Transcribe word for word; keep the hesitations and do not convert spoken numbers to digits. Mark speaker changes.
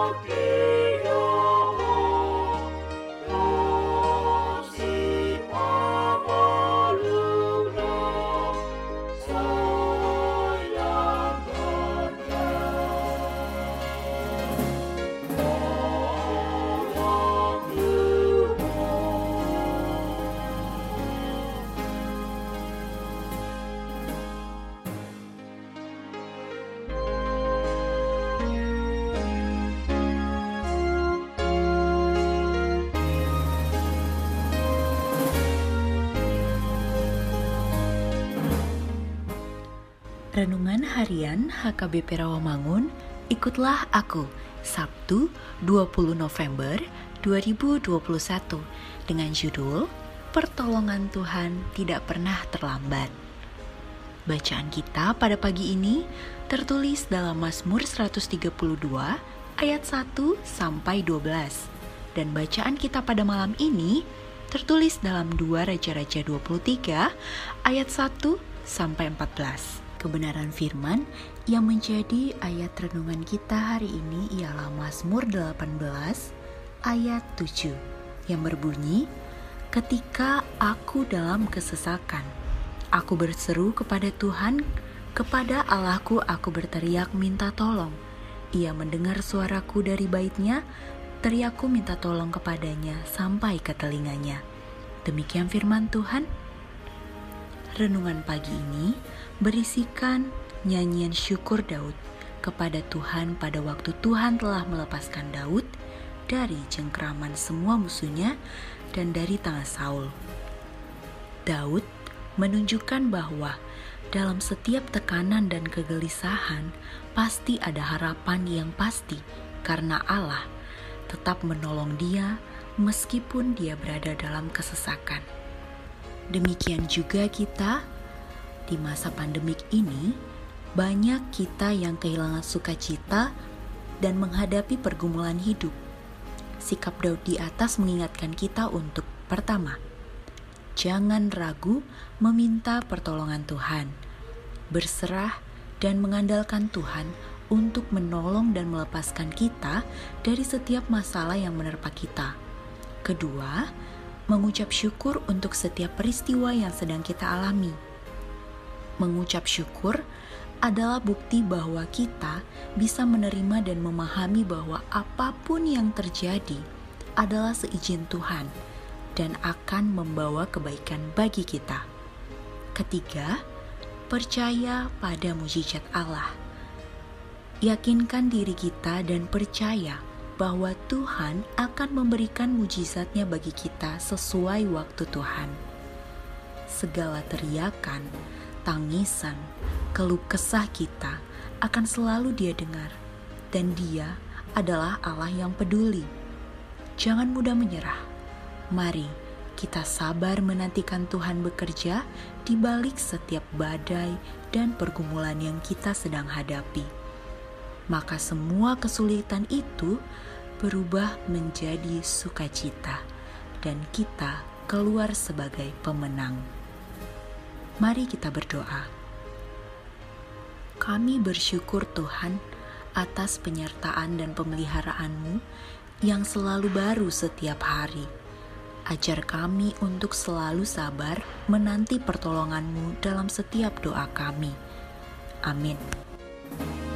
Speaker 1: Renungan Harian H K B P Rawamangun, ikutlah aku, Sabtu dua puluh November dua ribu dua puluh satu, dengan judul Pertolongan Tuhan Tidak Pernah Terlambat. Bacaan kita pada pagi ini tertulis dalam Mazmur seratus tiga puluh dua ayat satu sampai dua belas, dan bacaan kita pada malam ini tertulis dalam dua Raja-Raja dua puluh tiga ayat satu sampai empat belas. Kebenaran firman yang menjadi ayat renungan kita hari ini ialah Mazmur delapan belas ayat tujuh yang berbunyi, "Ketika aku dalam kesesakan, aku berseru kepada Tuhan, kepada Allahku aku berteriak minta tolong. Ia mendengar suaraku dari baitnya, teriakku minta tolong kepadanya sampai ke telinganya." Demikian firman Tuhan. Renungan pagi ini berisikan nyanyian syukur Daud kepada Tuhan pada waktu Tuhan telah melepaskan Daud dari cengkraman semua musuhnya dan dari tangan Saul. Daud menunjukkan bahwa dalam setiap tekanan dan kegelisahan pasti ada harapan yang pasti, karena Allah tetap menolong dia meskipun dia berada dalam kesesakan. Demikian juga kita di masa pandemik ini, banyak kita yang kehilangan sukacita dan menghadapi pergumulan hidup. Sikap Daud di atas mengingatkan kita untuk, pertama, jangan ragu meminta pertolongan Tuhan, berserah dan mengandalkan Tuhan untuk menolong dan melepaskan kita dari setiap masalah yang menerpa kita. Kedua, mengucap syukur untuk setiap peristiwa yang sedang kita alami. Mengucap syukur adalah bukti bahwa kita bisa menerima dan memahami bahwa apapun yang terjadi adalah seizin Tuhan dan akan membawa kebaikan bagi kita. Ketiga, percaya pada mukjizat Allah. Yakinkan diri kita dan percaya bahwa Tuhan akan memberikan mukjizatnya bagi kita sesuai waktu Tuhan. Segala teriakan, tangisan, keluh kesah kita akan selalu Dia dengar, dan Dia adalah Allah yang peduli. Jangan mudah menyerah. Mari kita sabar menantikan Tuhan bekerja di balik setiap badai dan pergumulan yang kita sedang hadapi. Maka semua kesulitan itu berubah menjadi sukacita dan kita keluar sebagai pemenang. Mari kita berdoa. Kami bersyukur Tuhan atas penyertaan dan pemeliharaan-Mu yang selalu baru setiap hari. Ajar kami untuk selalu sabar menanti pertolongan-Mu dalam setiap doa kami. Amin.